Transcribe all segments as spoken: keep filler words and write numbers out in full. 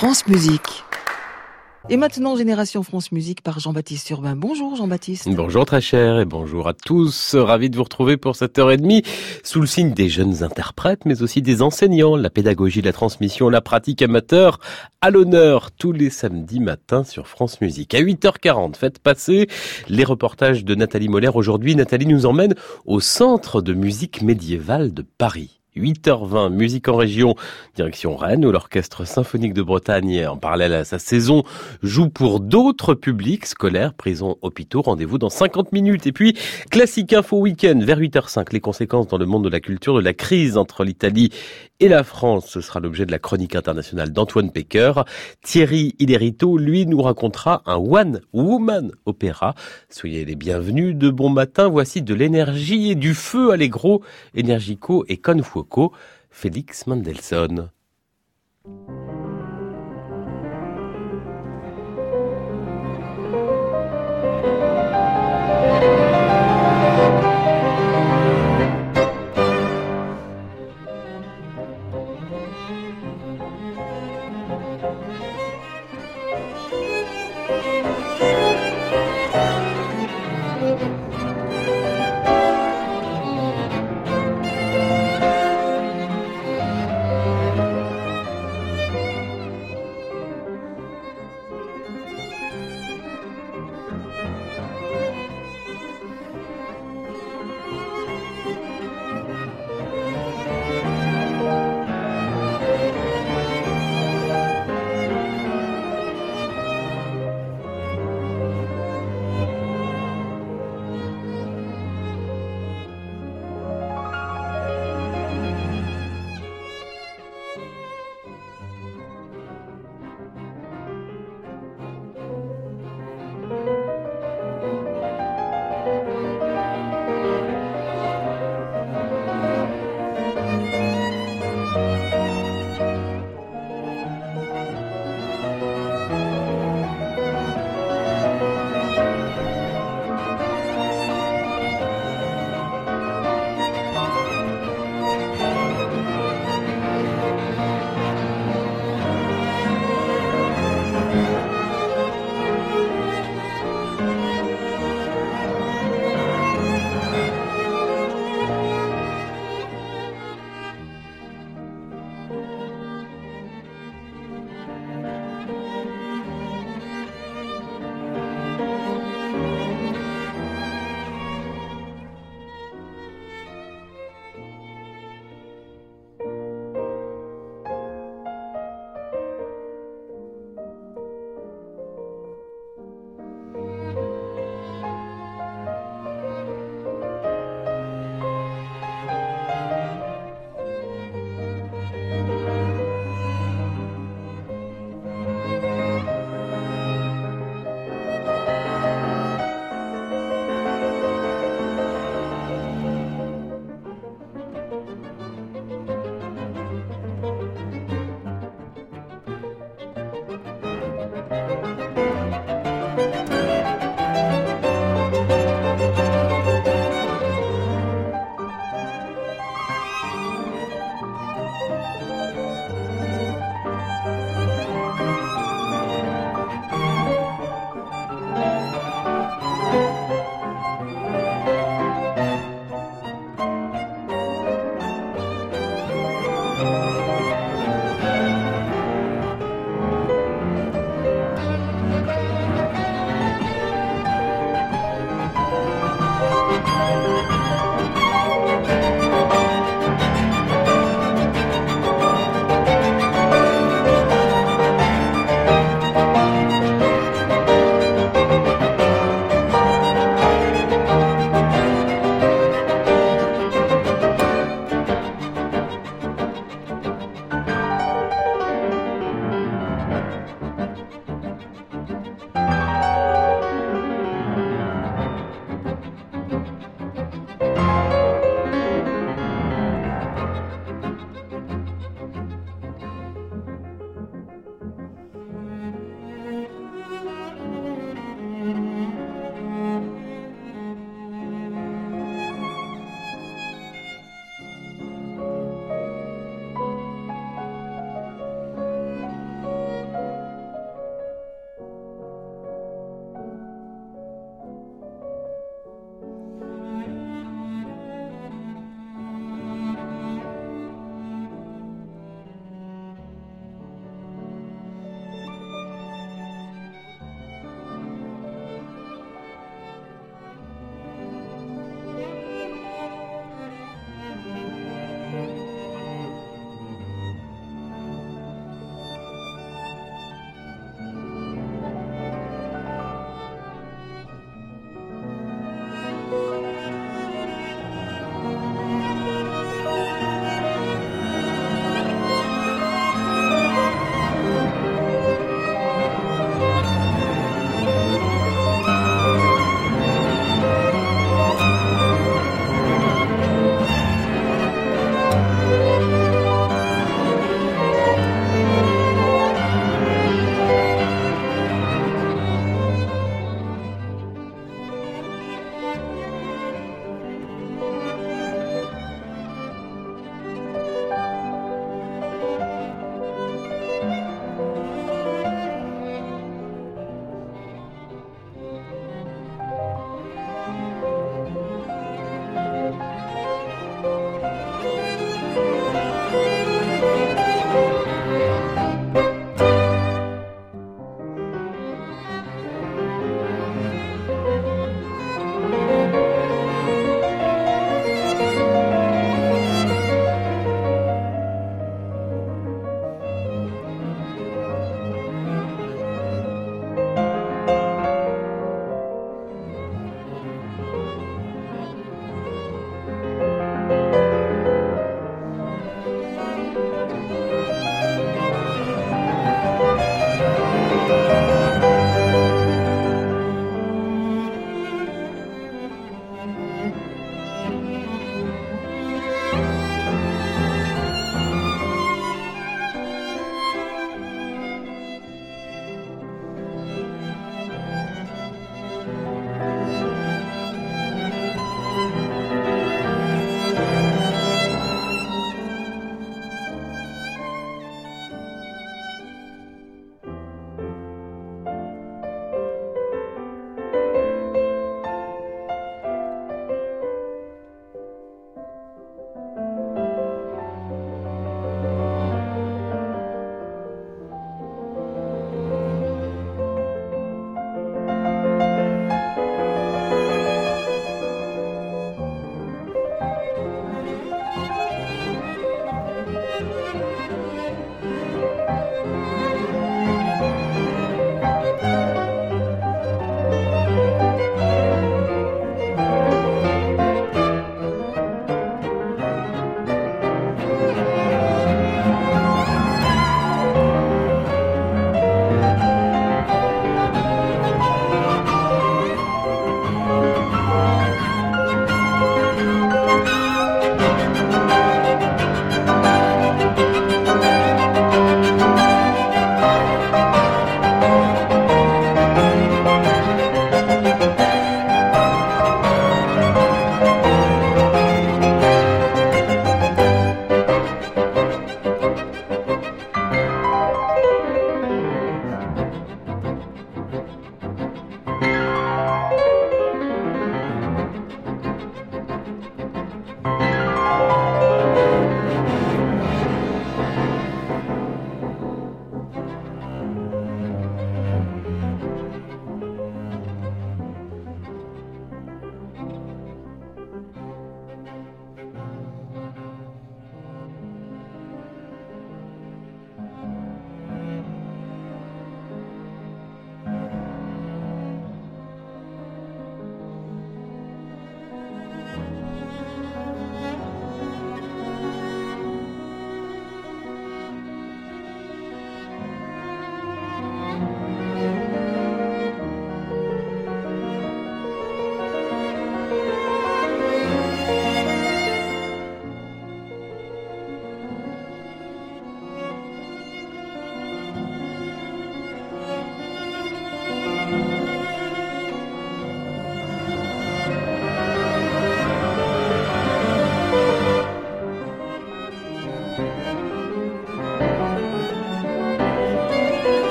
France Musique. Et maintenant, Génération France Musique par Jean-Baptiste Urbain. Bonjour Jean-Baptiste. Bonjour très cher et bonjour à tous. Ravi de vous retrouver pour cette heure et demie sous le signe des jeunes interprètes, mais aussi des enseignants. La pédagogie, la transmission, la pratique amateur à l'honneur tous les samedis matins sur France Musique. À huit heures quarante, faites passer les reportages de Nathalie Moller. Aujourd'hui, Nathalie nous emmène au Centre de musique médiévale de Paris. huit heures vingt, musique en région, direction Rennes, où l'Orchestre symphonique de Bretagne, en parallèle à sa saison, joue pour d'autres publics, scolaires, prisons, hôpitaux. Rendez-vous dans cinquante minutes. Et puis, classique info week-end, vers huit heures cinq, les conséquences dans le monde de la culture de la crise entre l'Italie et la France. Ce sera l'objet de la chronique internationale d'Antoine Pecker. Thierry Ilerito, lui, nous racontera un one-woman opéra. Soyez les bienvenus, de bon matin. Voici de l'énergie et du feu allegro, Energico et Con Fuoco, Félix Mendelssohn.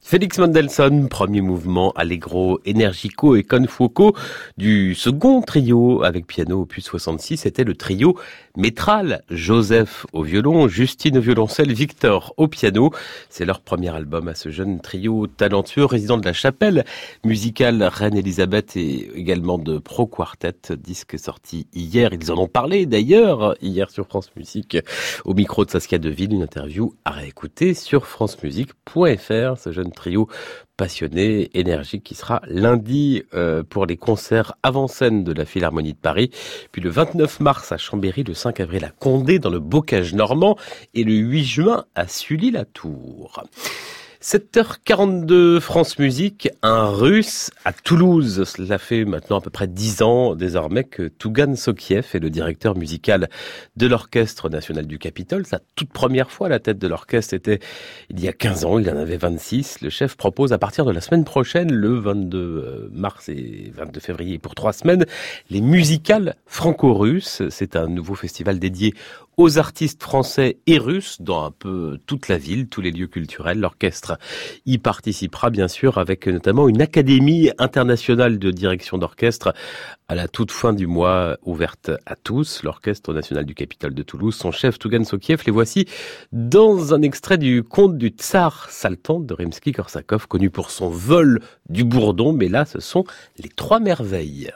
Félix Mendelssohn, premier mouvement Allegro Energico et con fuoco du second trio avec piano opus soixante-six, c'était le trio métral. Joseph au violon, Justine au violoncelle, Victor au piano. C'est leur premier album à ce jeune trio talentueux, résident de la chapelle musicale Reine-Élisabeth et également de Pro Quartet, disque sorti hier. Ils en ont parlé d'ailleurs hier sur France Musique au micro de Saskia Deville, une interview à réécouter sur francemusique point fr. Ce jeune trio passionné, énergique, qui sera lundi euh, pour les concerts avant-scène de la Philharmonie de Paris, puis le vingt-neuf mars à Chambéry, le cinq avril à Condé dans le Bocage normand et le huit juin à Sully-la-Tour. sept heures quarante-deux, France Musique, un Russe à Toulouse. Cela fait maintenant à peu près dix ans désormais que Tougan Sokiev est le directeur musical de l'Orchestre National du Capitole. Sa toute première fois à la tête de l'orchestre était il y a quinze ans, il en avait vingt-six. Le chef propose à partir de la semaine prochaine, le vingt-deux mars et vingt-deux février, pour trois semaines, les musicales franco-russes. C'est un nouveau festival dédié aux artistes français et russes dans un peu toute la ville, tous les lieux culturels. L'orchestre y participera bien sûr avec notamment une académie internationale de direction d'orchestre à la toute fin du mois, ouverte à tous. L'Orchestre National du Capitole de Toulouse, son chef Tougan Sokiev, les voici dans un extrait du conte du Tsar Saltan de Rimsky-Korsakov, connu pour son vol du bourdon, mais là ce sont les trois merveilles.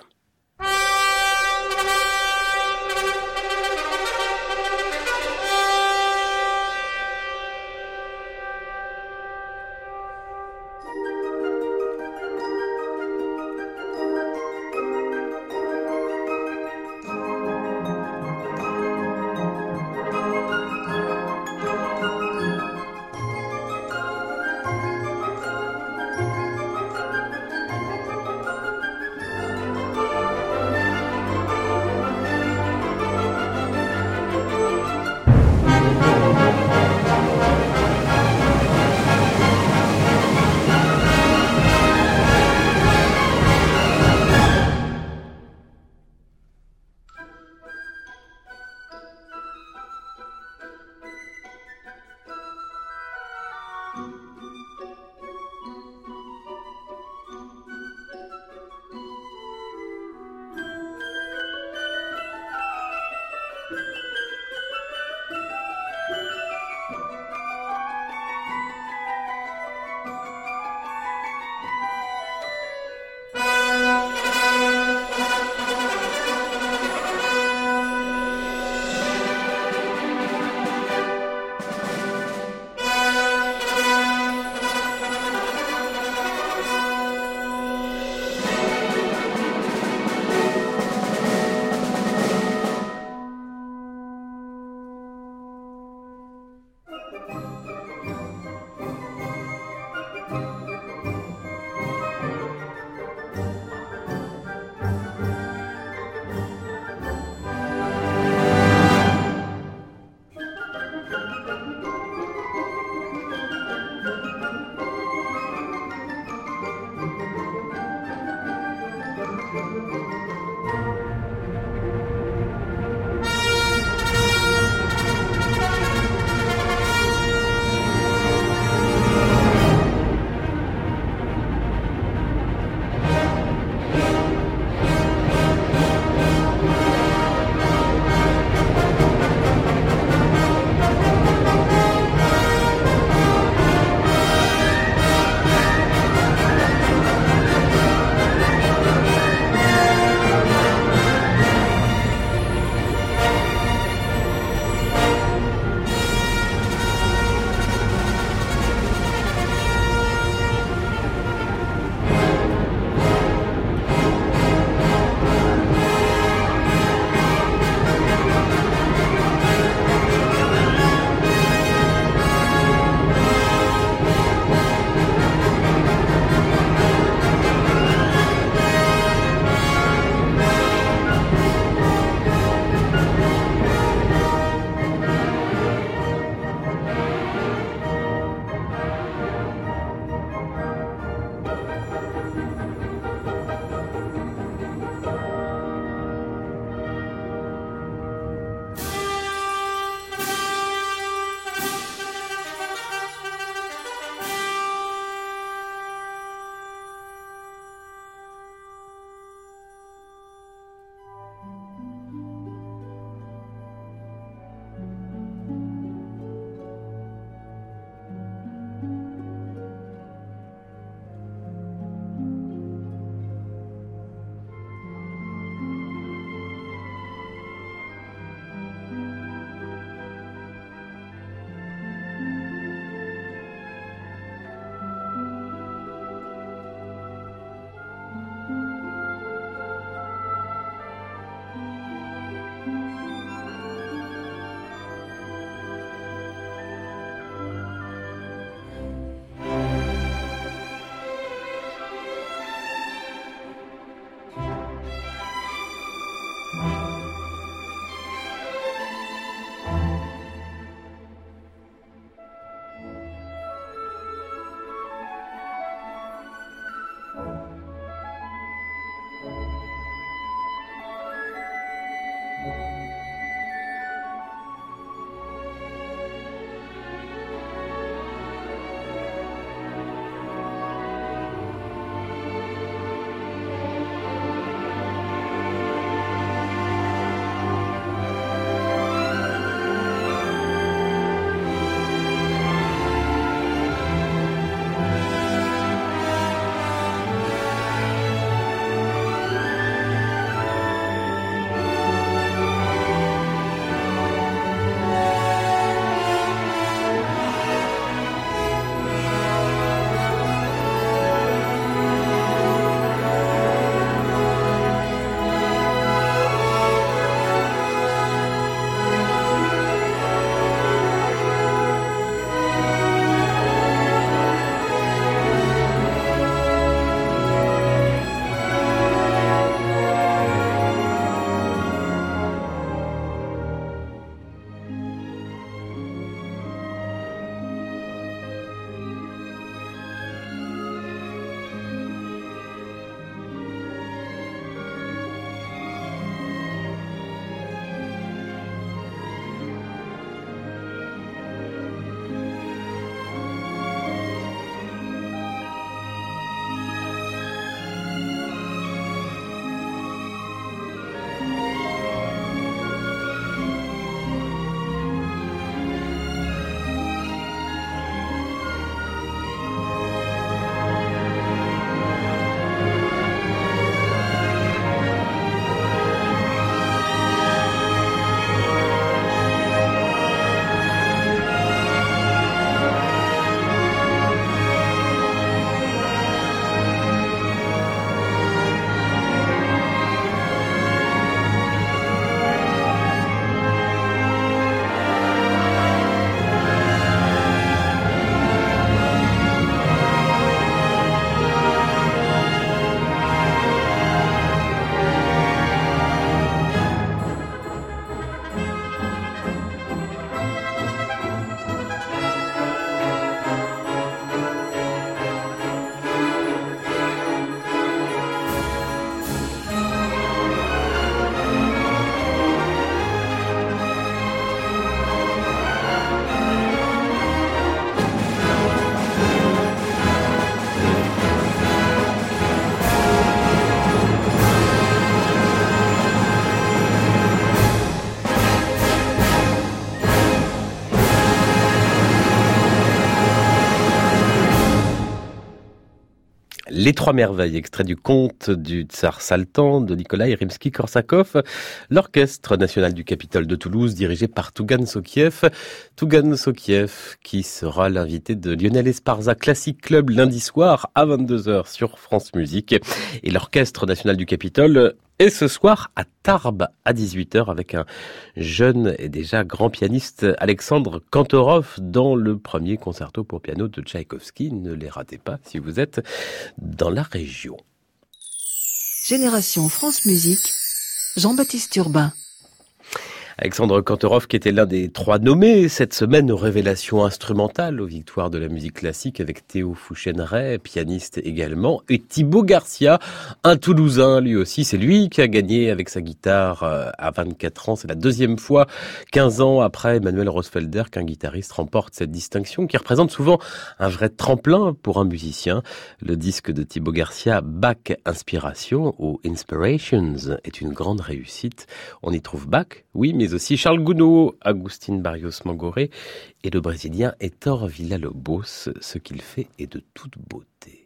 Les Trois Merveilles, extrait du conte du Tsar Saltan de Nikolai Rimsky-Korsakov, l'Orchestre national du Capitole de Toulouse dirigé par Tougan Sokiev. Tougan Sokiev qui sera l'invité de Lionel Esparza Classic Club lundi soir à vingt-deux heures sur France Musique. Et l'Orchestre national du Capitole est ce soir à Tarbes à dix-huit heures avec un jeune et déjà grand pianiste Alexandre Kantorov dans le premier concerto pour piano de Tchaïkovski. Ne les ratez pas si vous êtes dans la région. Génération France Musique, Jean-Baptiste Urbain. Alexandre Kantorov qui était l'un des trois nommés cette semaine aux révélations instrumentales, aux victoires de la musique classique avec Théo Fouchenray, pianiste également, et Thibaut Garcia, un Toulousain lui aussi. C'est lui qui a gagné avec sa guitare à vingt-quatre ans. C'est la deuxième fois, quinze ans après Emmanuel Rosfelder, qu'un guitariste remporte cette distinction qui représente souvent un vrai tremplin pour un musicien. Le disque de Thibaut Garcia, Bach Inspiration ou Inspirations, est une grande réussite. On y trouve Bach, oui, mais mais aussi Charles Gounod, Agustín Barrios Mangoré et le Brésilien Héctor Villa-Lobos. Ce qu'il fait est de toute beauté.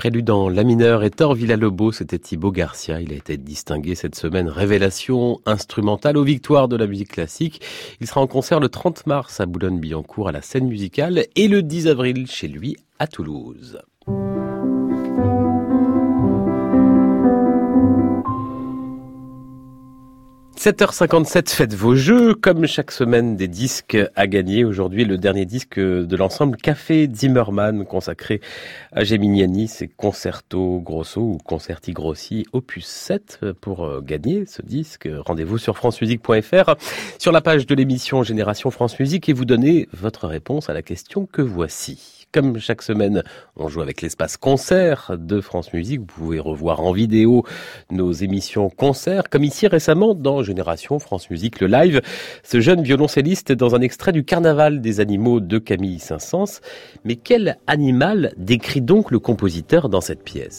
prélude en la mineur et Thor Villa-Lobos, c'était Thibaut Garcia. Il a été distingué cette semaine révélation instrumentale aux victoires de la musique classique. Il sera en concert le trente mars à Boulogne-Billancourt à la Scène Musicale et le dix avril chez lui à Toulouse. sept heures cinquante-sept, faites vos jeux. Comme chaque semaine, des disques à gagner. Aujourd'hui, le dernier disque de l'ensemble Café Zimmermann, consacré à Geminiani. C'est Concerto Grosso ou Concerti Grossi opus sept. Pour gagner ce disque, rendez-vous sur francemusique point fr, sur la page de l'émission Génération France Musique, et vous donnez votre réponse à la question que voici. Comme chaque semaine, on joue avec l'espace concert de France Musique. Vous pouvez revoir en vidéo nos émissions concerts, comme ici récemment dans Génération France Musique, le live. Ce jeune violoncelliste dans un extrait du Carnaval des animaux de Camille Saint-Saëns. Mais quel animal décrit donc le compositeur dans cette pièce ?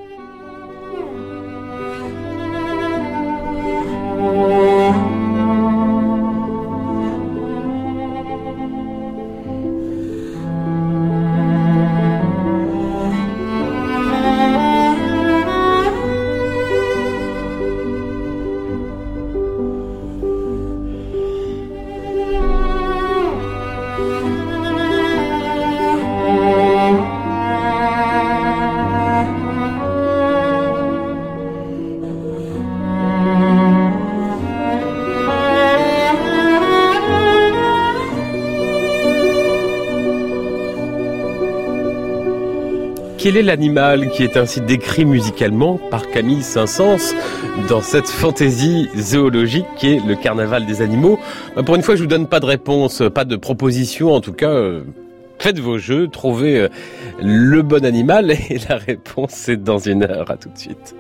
Quel est l'animal qui est ainsi décrit musicalement par Camille Saint-Saëns dans cette fantaisie zoologique qui est le Carnaval des animaux ? Pour une fois, je vous donne pas de réponse, pas de proposition. En tout cas, euh, faites vos jeux, trouvez euh, le bon animal et la réponse c'est dans une heure. À tout de suite.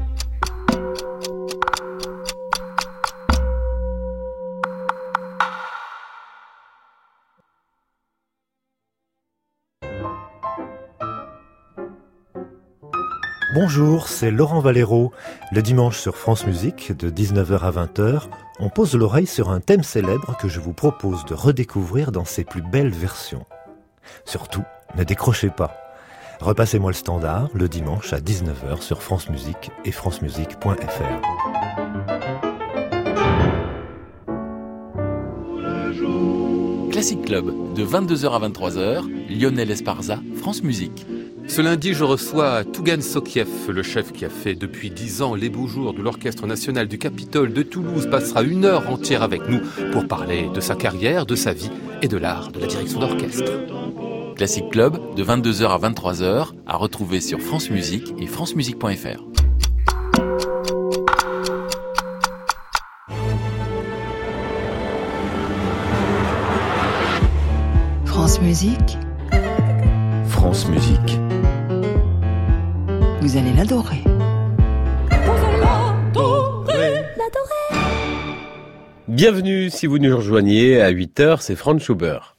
Bonjour, c'est Laurent Valero. Le dimanche sur France Musique, de dix-neuf heures à vingt heures, on pose l'oreille sur un thème célèbre que je vous propose de redécouvrir dans ses plus belles versions. Surtout, ne décrochez pas. Repassez-moi le standard, le dimanche à dix-neuf heures sur France Musique et francemusique point fr. Classic Club, de vingt-deux heures à vingt-trois heures, Lionel Esparza, France Musique. Ce lundi, je reçois Tougan Sokiev, le chef qui a fait depuis dix ans les beaux jours de l'Orchestre National du Capitole de Toulouse, passera une heure entière avec nous pour parler de sa carrière, de sa vie et de l'art de la direction d'orchestre. Classic Club, de vingt-deux heures à vingt-trois heures, à retrouver sur France Musique et francemusique point fr. France Musique, France Musique. vous allez l'adorer. Bienvenue si vous nous rejoignez à huit heures, c'est Franz Schubert.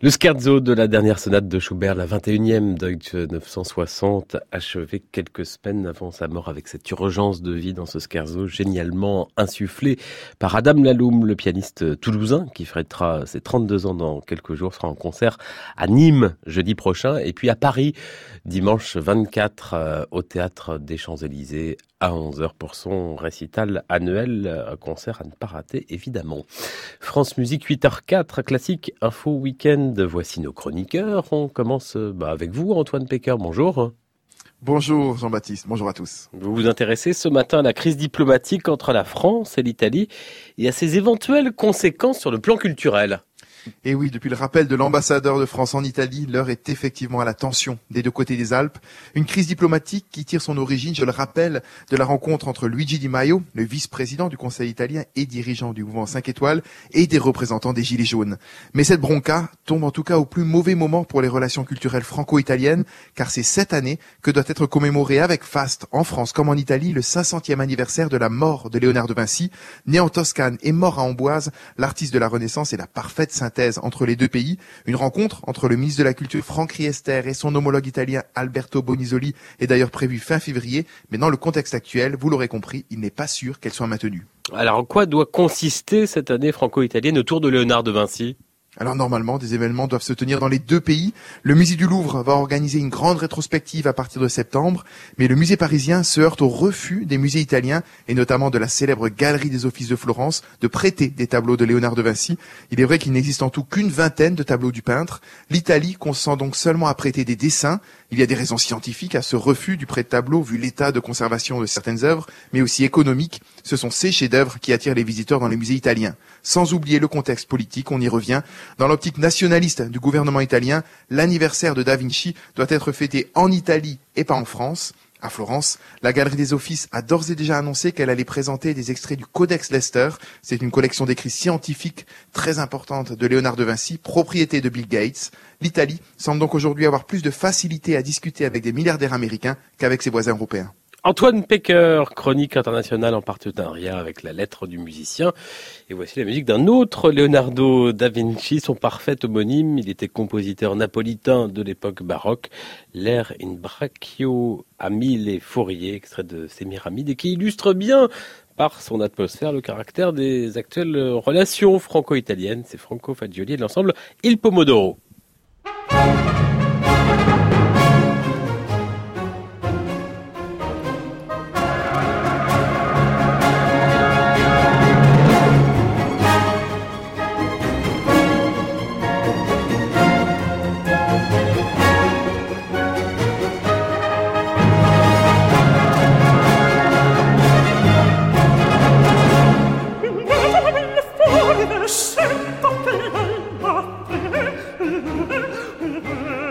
Le scherzo de la dernière sonate de Schubert, la vingt et unième Deutsche neuf cent soixante, achevé quelques semaines avant sa mort avec cette urgence de vie dans ce scherzo génialement insufflé par Adam Laloum, le pianiste toulousain qui fêtera ses trente-deux ans dans quelques jours, sera en concert à Nîmes jeudi prochain et puis à Paris dimanche vingt-quatre euh, au Théâtre des Champs-Élysées à onze heures pour son récital annuel, un concert à ne pas rater évidemment. France Musique huit heures quatre, classique info week-end, voici nos chroniqueurs. On commence bah, avec vous Antoine Pecker, bonjour. Bonjour Jean-Baptiste, bonjour à tous. Vous vous intéressez ce matin à la crise diplomatique entre la France et l'Italie et à ses éventuelles conséquences sur le plan culturel. Et oui, depuis le rappel de l'ambassadeur de France en Italie, l'heure est effectivement à la tension des deux côtés des Alpes. Une crise diplomatique qui tire son origine, je le rappelle, de la rencontre entre Luigi Di Maio, le vice-président du Conseil italien et dirigeant du mouvement cinq étoiles, et des représentants des Gilets jaunes. Mais cette bronca tombe en tout cas au plus mauvais moment pour les relations culturelles franco-italiennes, car c'est cette année que doit être commémoré avec faste, en France comme en Italie, le cinq centième anniversaire de la mort de Léonard de Vinci. Né en Toscane et mort à Amboise, l'artiste de la Renaissance est la parfaite synthèse entre les deux pays. Une rencontre entre le ministre de la Culture Franck Riester et son homologue italien Alberto Bonisoli est d'ailleurs prévue fin février, mais dans le contexte actuel, vous l'aurez compris, il n'est pas sûr qu'elle soit maintenue. Alors en quoi doit consister cette année franco-italienne autour de Léonard de Vinci ? Alors normalement, des événements doivent se tenir dans les deux pays. Le musée du Louvre va organiser une grande rétrospective à partir de septembre, mais le musée parisien se heurte au refus des musées italiens, et notamment de la célèbre Galerie des Offices de Florence, de prêter des tableaux de Léonard de Vinci. Il est vrai qu'il n'existe en tout qu'une vingtaine de tableaux du peintre. L'Italie consent donc seulement à prêter des dessins. Il y a des raisons scientifiques à ce refus du prêt de tableaux, vu l'état de conservation de certaines œuvres, mais aussi économiques. Ce sont ces chefs-d'œuvre qui attirent les visiteurs dans les musées italiens. Sans oublier le contexte politique, on y revient. Dans l'optique nationaliste du gouvernement italien, l'anniversaire de Da Vinci doit être fêté en Italie et pas en France. À Florence, la Galerie des Offices a d'ores et déjà annoncé qu'elle allait présenter des extraits du Codex Leicester. C'est une collection d'écrits scientifiques très importante de Léonard de Vinci, propriété de Bill Gates. L'Italie semble donc aujourd'hui avoir plus de facilité à discuter avec des milliardaires américains qu'avec ses voisins européens. Antoine Pecker, chronique internationale en partenariat avec la lettre du musicien. Et voici la musique d'un autre Leonardo da Vinci, son parfait homonyme. Il était compositeur napolitain de l'époque baroque. L'air in brachio a mille Fourier, extrait de Sémiramide, et qui illustre bien par son atmosphère le caractère des actuelles relations franco-italiennes. C'est Franco Fagioli et de l'ensemble Il Pomodoro. Sento che lei batte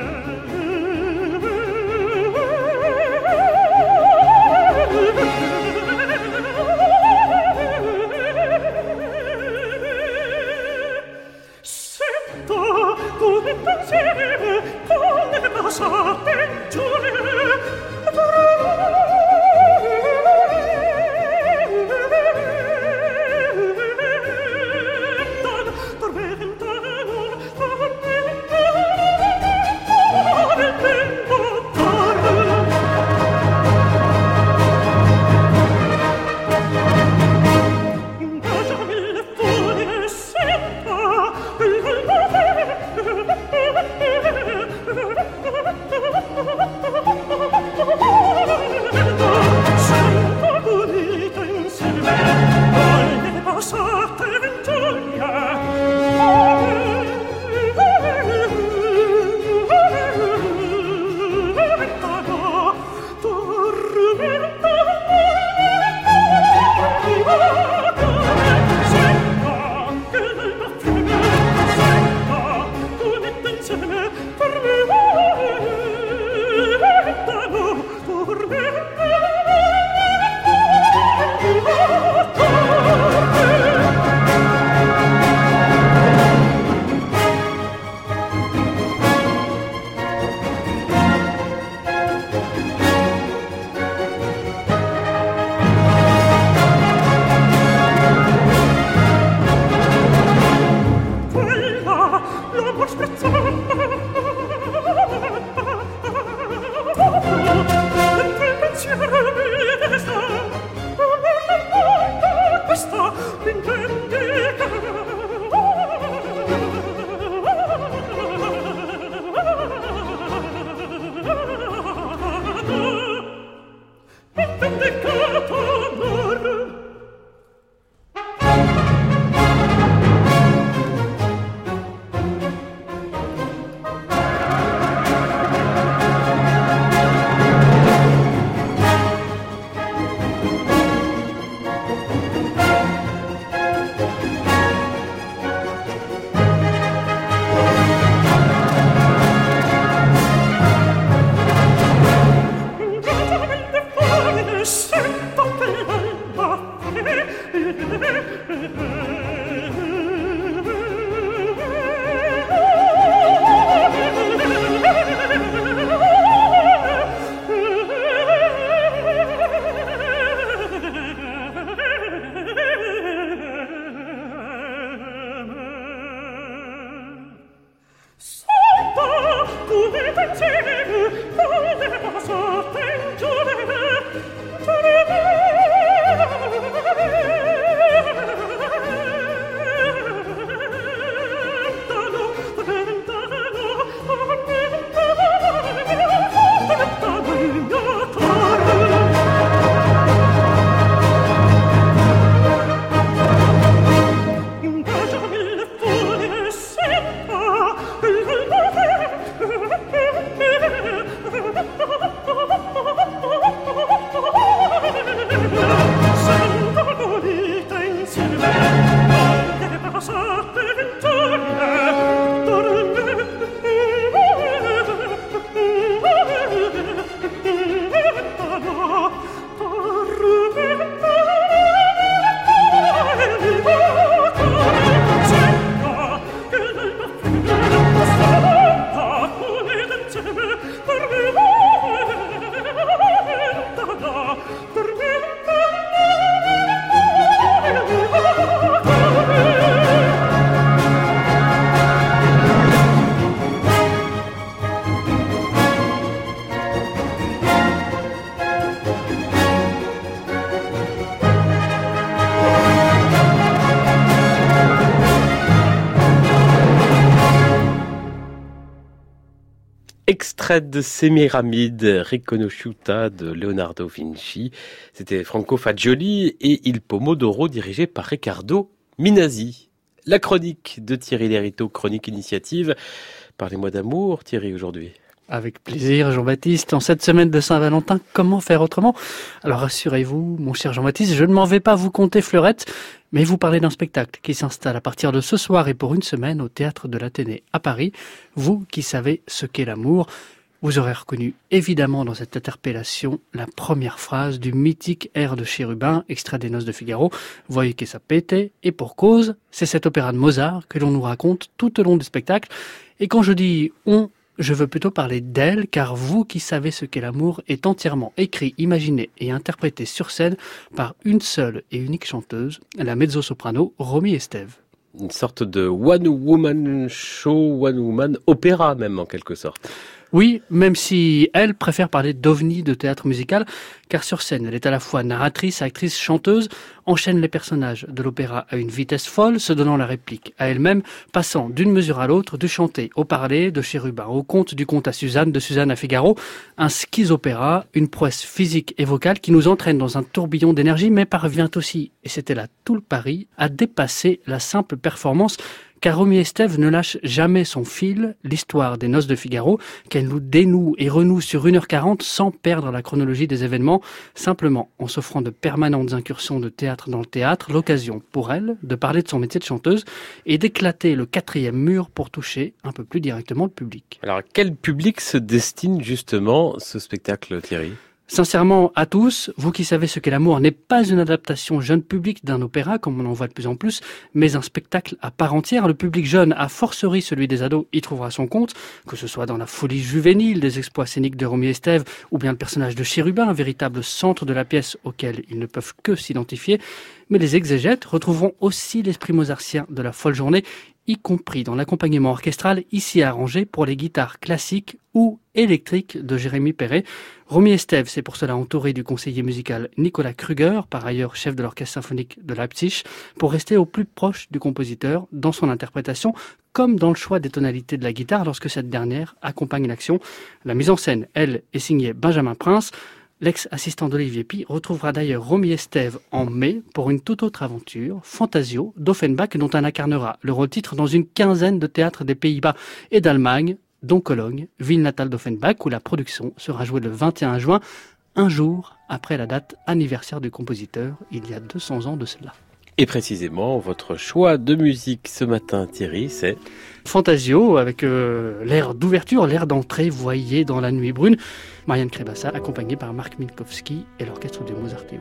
Extrait de Sémiramide, Riconosciuta de Leonardo Vinci. C'était Franco Fagioli et Il Pomodoro dirigé par Riccardo Minasi. La chronique de Thierry Lériteau, chronique initiative. Parlez-moi d'amour, Thierry, aujourd'hui. Avec plaisir, Jean-Baptiste. En cette semaine de Saint-Valentin, comment faire autrement ? Alors rassurez-vous, mon cher Jean-Baptiste, je ne m'en vais pas vous conter fleurette, mais vous parler d'un spectacle qui s'installe à partir de ce soir et pour une semaine au Théâtre de l'Athénée à Paris. Vous qui savez ce qu'est l'amour, vous aurez reconnu évidemment dans cette interpellation la première phrase du mythique air de Chérubin, extrait des Noces de Figaro. Voyez che sapete, et pour cause, c'est cet opéra de Mozart que l'on nous raconte tout au long du spectacle. Et quand je dis « on », je veux plutôt parler d'elle, car Vous qui savez ce qu'est l'amour est entièrement écrit, imaginé et interprété sur scène par une seule et unique chanteuse, la mezzo-soprano Romy Estève. Une sorte de one-woman show, one-woman opéra même en quelque sorte. Oui, même si elle préfère parler d'ovni de théâtre musical, car sur scène, elle est à la fois narratrice, actrice, chanteuse, enchaîne les personnages de l'opéra à une vitesse folle, se donnant la réplique à elle-même, passant d'une mesure à l'autre, du chanté au parler, de Chérubin au conte, du conte à Suzanne, de Suzanne à Figaro, un schizopéra, une prouesse physique et vocale qui nous entraîne dans un tourbillon d'énergie, mais parvient aussi, et c'était là tout le pari, à dépasser la simple performance, car Romy Estève ne lâche jamais son fil, l'histoire des Noces de Figaro, qu'elle nous dénoue et renoue sur une heure quarante sans perdre la chronologie des événements, simplement en s'offrant de permanentes incursions de théâtre dans le théâtre, l'occasion pour elle de parler de son métier de chanteuse et d'éclater le quatrième mur pour toucher un peu plus directement le public. Alors, à quel public se destine justement ce spectacle, Thierry ? Sincèrement, à tous, vous qui savez ce qu'est l'amour n'est pas une adaptation jeune public d'un opéra, comme on en voit de plus en plus, mais un spectacle à part entière. Le public jeune, à forcerie celui des ados, y trouvera son compte, que ce soit dans la folie juvénile des exploits scéniques de Romy Estève, ou bien le personnage de Chérubin, un véritable centre de la pièce auquel ils ne peuvent que s'identifier. Mais les exégètes retrouveront aussi l'esprit mozartien de la folle journée, y compris dans l'accompagnement orchestral ici arrangé pour les guitares classiques ou électriques de Jérémy Perret. Romy Estève s'est pour cela entourée du conseiller musical Nicolas Kruger, par ailleurs chef de l'orchestre symphonique de Leipzig, pour rester au plus proche du compositeur dans son interprétation, comme dans le choix des tonalités de la guitare lorsque cette dernière accompagne l'action. La mise en scène, elle, est signée Benjamin Prince. L'ex-assistant d'Olivier Py retrouvera d'ailleurs Romy Estève en mai pour une toute autre aventure, Fantasio, d'Offenbach, dont elle incarnera le rôle-titre dans une quinzaine de théâtres des Pays-Bas et d'Allemagne, dont Cologne, ville natale d'Offenbach, où la production sera jouée le vingt et un juin, un jour après la date anniversaire du compositeur, il y a deux cents ans de cela. Et précisément, votre choix de musique ce matin, Thierry, c'est Fantasio, avec euh, l'air d'ouverture, l'air d'entrée, voyez dans la nuit brune. Marianne Crébassa, accompagnée par Marc Minkowski et l'orchestre du Mozarteum.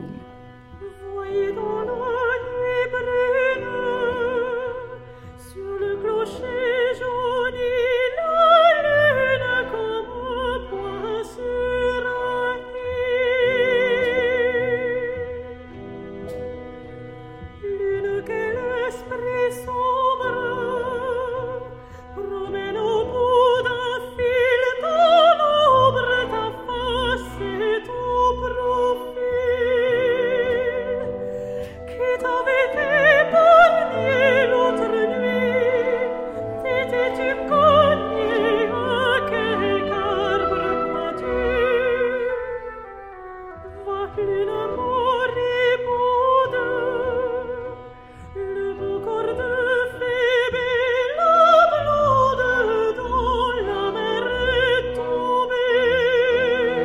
Voyez dans la nuit brune, sur le clocher jauni, la lune comme un point sur un nid. Lune que l'esprit sombre promène au bout d'un fil dans l'ombre, ta face et ton profil. Qui t'avait épargné l'autre nuit? T'étais-tu cogné à quelque arbre pointu? Va lune moribonde, le beau corps de Phébé, la blonde dans la mer est tombée.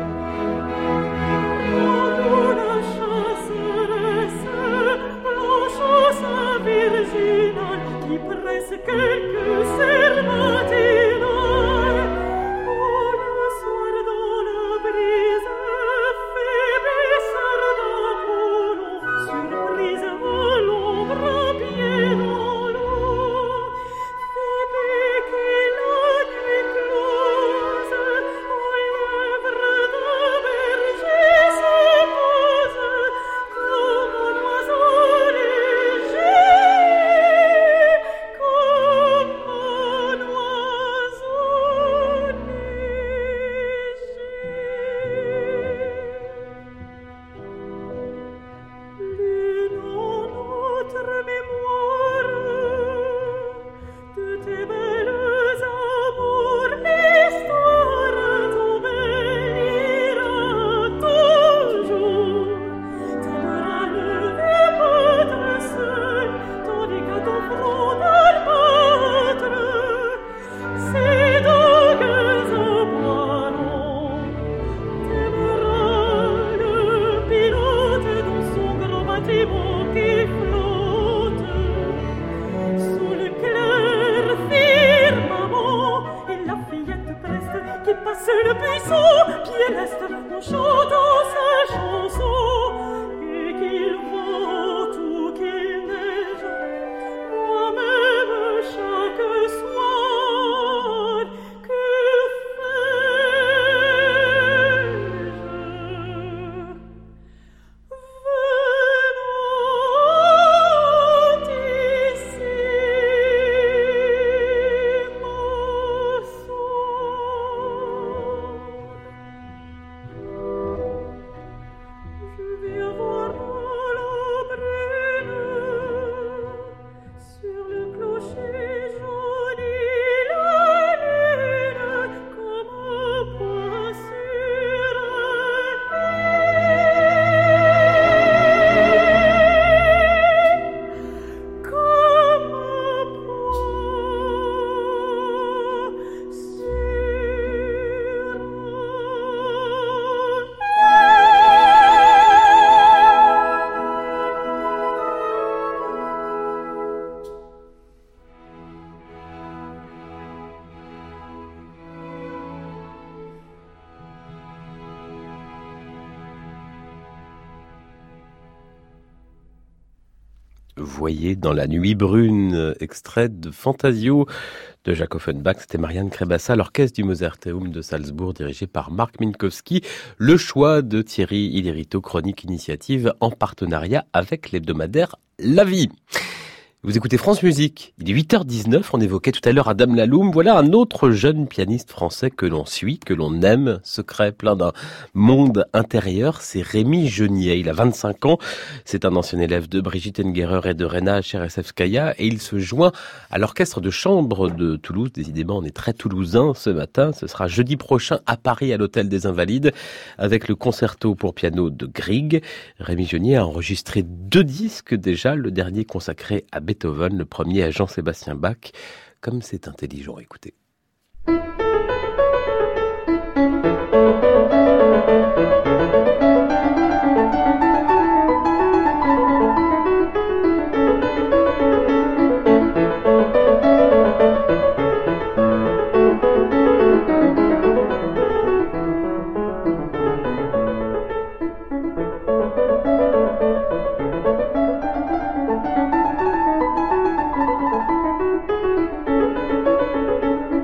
Rends-nous la chasseresse, blanche sa virginale, qui presse quelques serpents matinales. Oh, le soir dans la brise, Phébé sort d'Apollon, surprise à l'ombre, à pied dans l'eau. Phébé qui la nuit close, aux lèvres d'un berger se pose, comme un oiseau léger, comme bâtiment qui flotte sous le clair firmament, et la fillette preste qui passe le buisson, pied leste en chantant sa chanson, et qu'il vente ou qu'il neige, moi-même chaque soir, que Voyez dans la nuit brune, extrait de Fantasio de Jacques Offenbach. C'était Marianne Krebassa, l'orchestre du Mozarteum de Salzbourg, dirigé par Marc Minkowski. Le choix de Thierry Ilérito, Chronique Initiative, en partenariat avec l'hebdomadaire La Vie. Vous écoutez France Musique, il est huit heures dix-neuf, on évoquait tout à l'heure Adam Laloum. Voilà un autre jeune pianiste français que l'on suit, que l'on aime, secret plein d'un monde intérieur, c'est Rémi Genier. Il a vingt-cinq ans, c'est un ancien élève de Brigitte Engerer et de Rena Cheressevskaya, et il se joint à l'orchestre de chambre de Toulouse. Décidément, on est très toulousain ce matin. Ce sera jeudi prochain à Paris, à l'Hôtel des Invalides, avec le concerto pour piano de Grieg. Rémi Genier a enregistré deux disques déjà, le dernier consacré à Beethoven, le premier à Jean-Sébastien Bach. Comme c'est intelligent, écoutez. Thank you.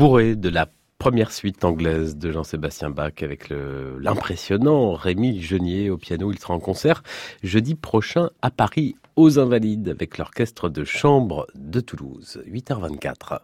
bourré de la première suite anglaise de Jean-Sébastien Bach avec le, l'impressionnant Rémi Genier au piano. Il sera en concert jeudi prochain à Paris aux Invalides avec l'orchestre de chambre de Toulouse. huit heures vingt-quatre.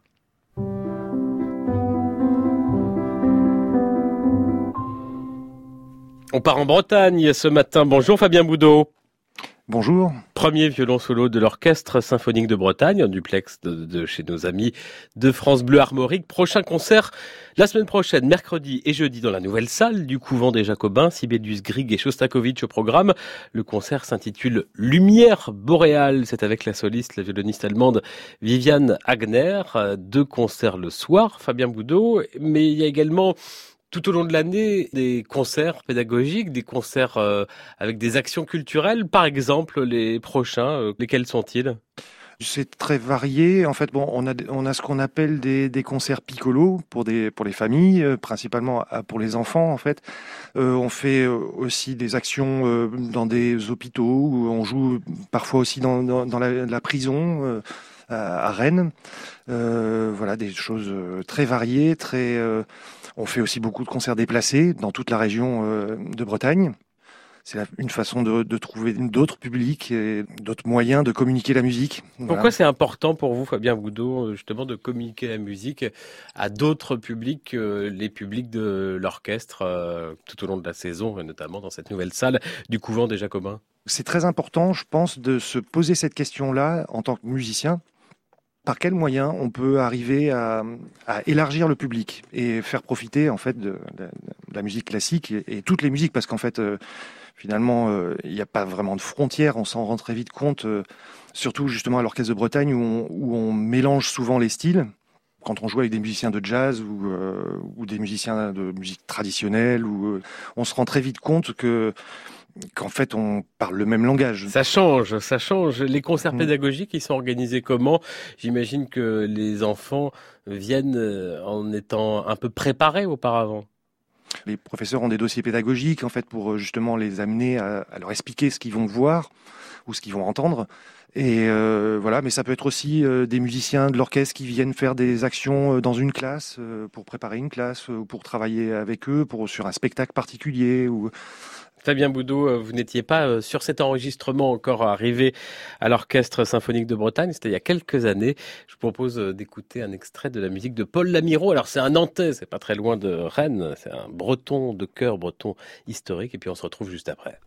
On part en Bretagne ce matin. Bonjour Fabien Boudot. Bonjour. Premier violon solo de l'Orchestre Symphonique de Bretagne, en duplex de, de chez nos amis de France Bleu Armorique. Prochain concert la semaine prochaine, mercredi et jeudi, dans la nouvelle salle du couvent des Jacobins. Sibelius, Grieg et Shostakovich au programme. Le concert s'intitule Lumière boréale. C'est avec la soliste, la violoniste allemande Viviane Agner. Deux concerts le soir, Fabien Boudot. Mais il y a également, tout au long de l'année, des concerts pédagogiques, des concerts euh, avec des actions culturelles. Par exemple, les prochains, euh, lesquels sont-ils ? C'est très varié. En fait, bon, on a on a ce qu'on appelle des, des concerts piccolo pour des pour les familles, euh, principalement pour les enfants. En fait, euh, on fait aussi des actions euh, dans des hôpitaux. Où on joue parfois aussi dans dans, dans la, la prison euh, à, à Rennes. Euh, voilà, des choses très variées, très. Euh, On fait aussi beaucoup de concerts déplacés dans toute la région euh, de Bretagne. C'est une façon de, de trouver d'autres publics et d'autres moyens de communiquer la musique. Pourquoi voilà. C'est important pour vous, Fabien Boudot, justement, de communiquer la musique à d'autres publics que les publics de l'orchestre euh, tout au long de la saison, et notamment dans cette nouvelle salle du couvent des Jacobins ? C'est très important, je pense, de se poser cette question-là en tant que musicien. Par quels moyens on peut arriver à, à élargir le public et faire profiter en fait de, de, de la musique classique et, et toutes les musiques, parce qu'en fait euh, finalement euh, il n'y a pas vraiment de frontières, on s'en rend très vite compte, euh, surtout justement à l'Orchestre de Bretagne où on, où on mélange souvent les styles. Quand on joue avec des musiciens de jazz ou, euh, ou des musiciens de musique traditionnelle, où, euh, on se rend très vite compte que qu'en fait on parle le même langage. Ça change, ça change. Les concerts mmh. pédagogiques, ils sont organisés comment ? J'imagine que les enfants viennent en étant un peu préparés auparavant. Les professeurs ont des dossiers pédagogiques en fait pour justement les amener à, à leur expliquer ce qu'ils vont voir ou ce qu'ils vont entendre. Et euh, voilà, mais ça peut être aussi euh, des musiciens de l'orchestre qui viennent faire des actions euh, dans une classe euh, pour préparer une classe ou euh, pour travailler avec eux pour sur un spectacle particulier ou. Fabien Boudot, vous n'étiez pas sur cet enregistrement encore arrivé à l'Orchestre Symphonique de Bretagne, c'était il y a quelques années. Je vous propose d'écouter un extrait de la musique de Paul Lamiraud. Alors c'est un Nantais, c'est pas très loin de Rennes, c'est un breton de cœur, breton historique, et puis on se retrouve juste après.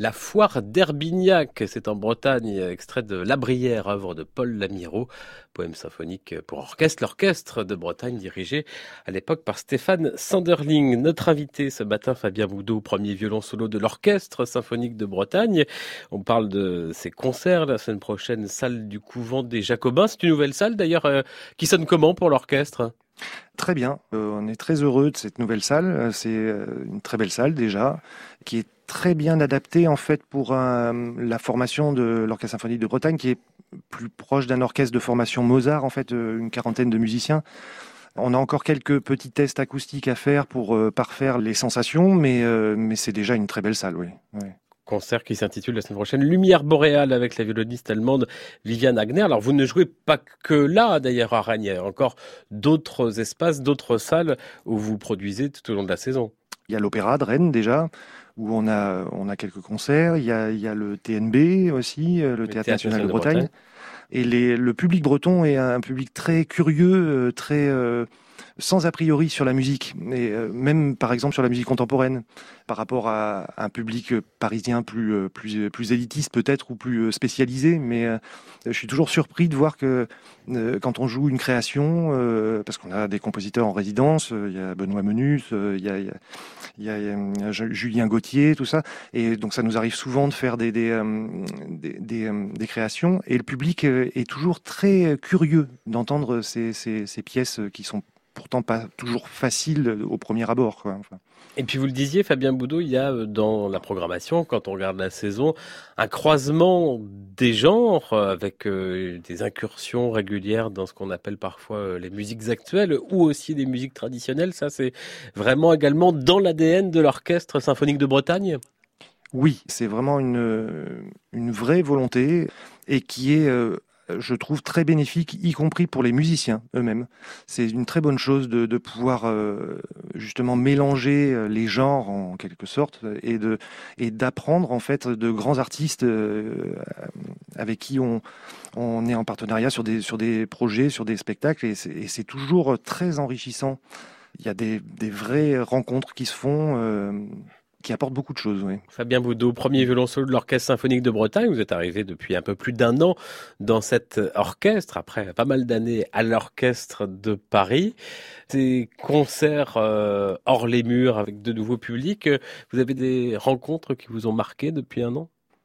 La foire d'Herbignac, c'est en Bretagne, extrait de La Brière, œuvre de Paul Lamiraud, poème symphonique pour orchestre, l'orchestre de Bretagne dirigé à l'époque par Stéphane Sanderling. Notre invité ce matin, Fabien Boudot, premier violon solo de l'orchestre symphonique de Bretagne. On parle de ces concerts la semaine prochaine, salle du Couvent des Jacobins. C'est une nouvelle salle d'ailleurs euh, qui sonne comment pour l'orchestre ? Très bien, euh, on est très heureux de cette nouvelle salle. C'est euh, une très belle salle déjà, qui est très bien adaptée en fait pour un, la formation de l'Orchestre symphonique de Bretagne, qui est plus proche d'un orchestre de formation Mozart, en fait, euh, une quarantaine de musiciens. On a encore quelques petits tests acoustiques à faire pour euh, parfaire les sensations, mais, euh, mais c'est déjà une très belle salle, oui. oui. Concert qui s'intitule la semaine prochaine Lumière boréale avec la violoniste allemande Viviane Agner. Alors vous ne jouez pas que là d'ailleurs à Rennes, il y a encore d'autres espaces, d'autres salles où vous produisez tout au long de la saison. Il y a l'Opéra de Rennes déjà, où on a, on a quelques concerts. Il y a, il y a le T N B aussi, le, le Théâtre, Théâtre National de Bretagne. Bretagne. Et les, le public breton est un public très curieux, très... Euh, sans a priori sur la musique, et euh, même par exemple sur la musique contemporaine, par rapport à, à un public parisien plus, plus, plus élitiste peut-être ou plus spécialisé, mais euh, je suis toujours surpris de voir que euh, quand on joue une création, euh, parce qu'on a des compositeurs en résidence, il euh, y a Benoît Menus, il euh, y, a, y, a, y, a, y a Julien Gauthier, tout ça, et donc ça nous arrive souvent de faire des, des, euh, des, des, euh, des créations, et le public est toujours très curieux d'entendre ces, ces, ces pièces qui sont pourtant pas toujours facile au premier abord, quoi. Enfin. Et puis vous le disiez, Fabien Boudot, il y a dans la programmation, quand on regarde la saison, un croisement des genres avec euh, des incursions régulières dans ce qu'on appelle parfois euh, les musiques actuelles ou aussi des musiques traditionnelles. Ça, c'est vraiment également dans l'A D N de l'Orchestre symphonique de Bretagne ? Oui, c'est vraiment une, une vraie volonté et qui est... Euh, je trouve très bénéfique, y compris pour les musiciens eux-mêmes. C'est une très bonne chose de, de pouvoir euh, justement mélanger les genres en quelque sorte et de et d'apprendre en fait de grands artistes euh, avec qui on on est en partenariat sur des sur des projets, sur des spectacles et c'est, et c'est toujours très enrichissant. Il y a des des vraies rencontres qui se font. Euh, qui apporte beaucoup de choses, oui. Fabien Boudot, premier violon solo de l'Orchestre symphonique de Bretagne. Vous êtes arrivé depuis un peu plus d'un an dans cet orchestre, après pas mal d'années à l'Orchestre de Paris. Ces concerts euh, hors les murs avec de nouveaux publics, vous avez des rencontres qui vous ont marqué depuis un an ?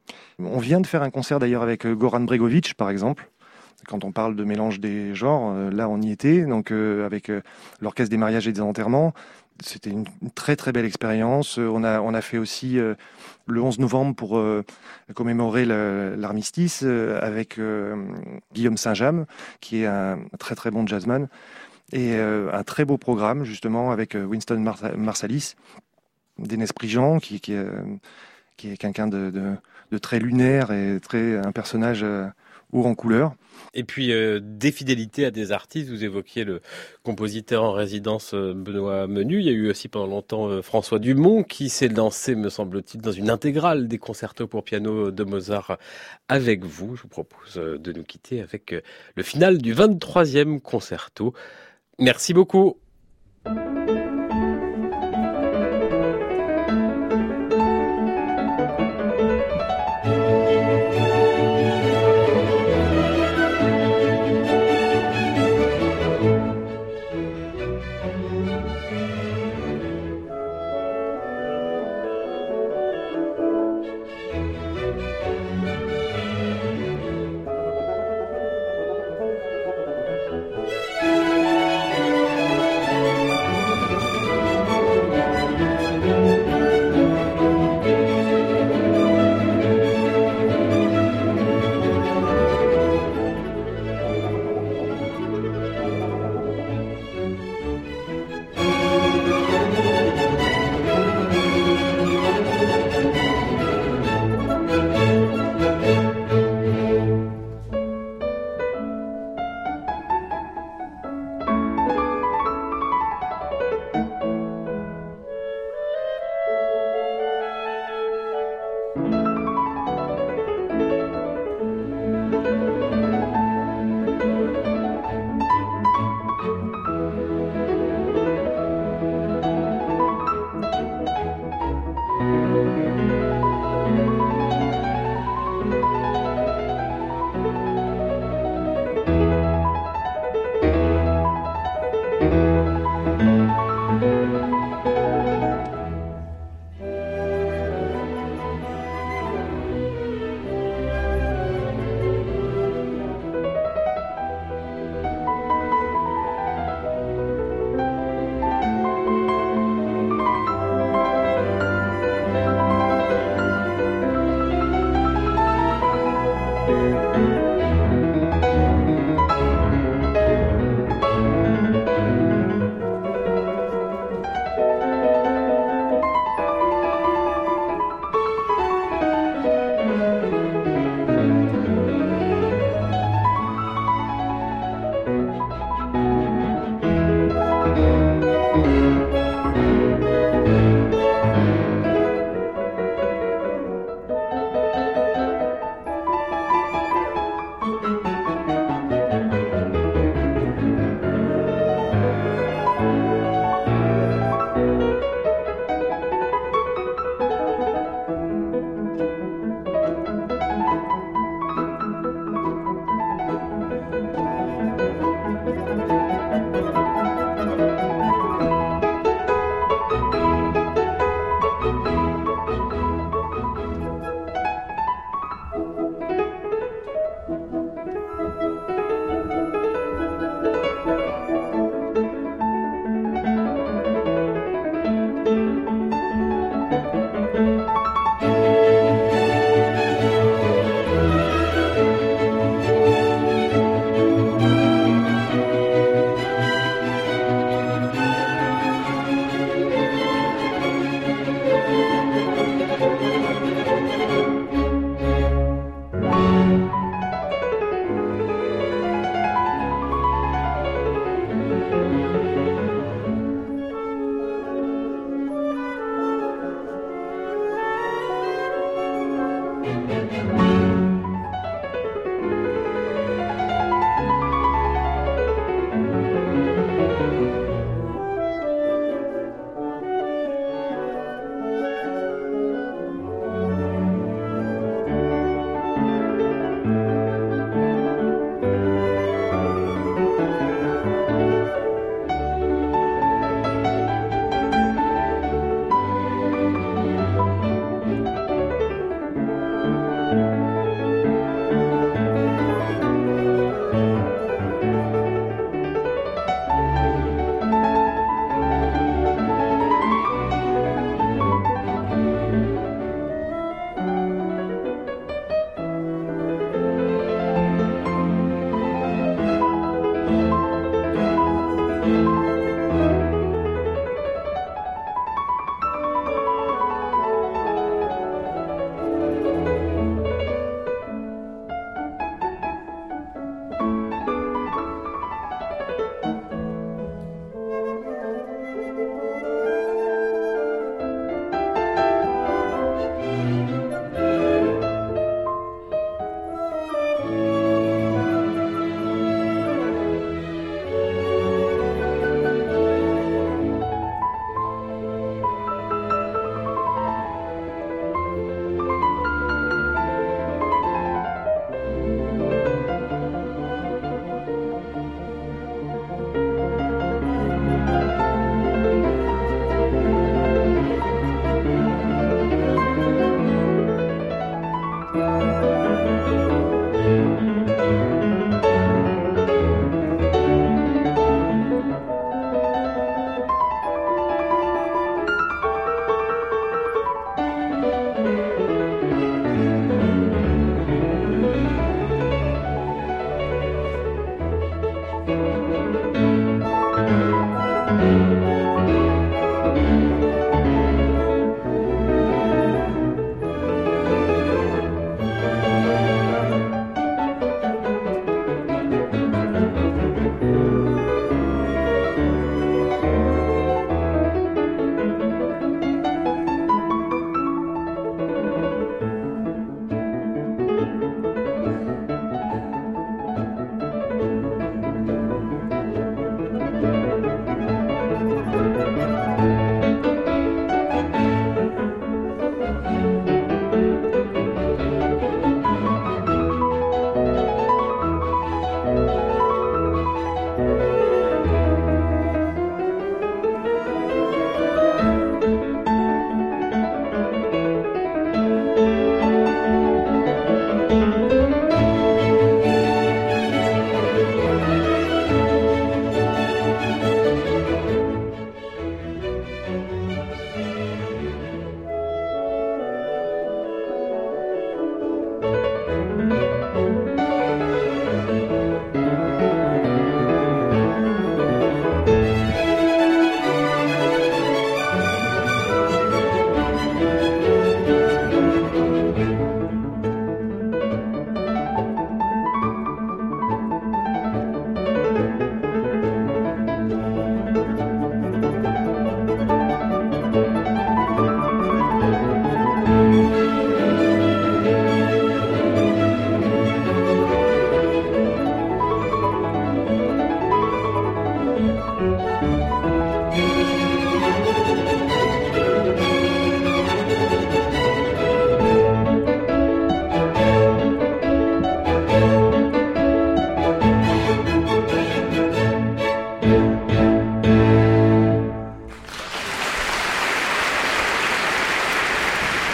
On vient de faire un concert d'ailleurs avec Goran Bregovic, par exemple. Quand on parle de mélange des genres, là on y était, donc euh, avec euh, l'Orchestre des mariages et des enterrements. C'était une très très belle expérience. On a on a fait aussi euh, le onze novembre pour euh, commémorer le, l'armistice euh, avec euh, Guillaume Saint-James, qui est un très très bon jazzman, et euh, un très beau programme justement avec Winston Mar- Marsalis, d'Enes Prigent, qui qui, euh, qui est quelqu'un de, de de très lunaire et très un personnage euh, haut en couleur. Et puis, euh, des fidélités à des artistes. Vous évoquiez le compositeur en résidence euh, Benoît Menus. Il y a eu aussi pendant longtemps euh, François Dumont qui s'est lancé, me semble-t-il, dans une intégrale des concertos pour piano de Mozart avec vous. Je vous propose euh, de nous quitter avec euh, le final du vingt-troisième concerto. Merci beaucoup.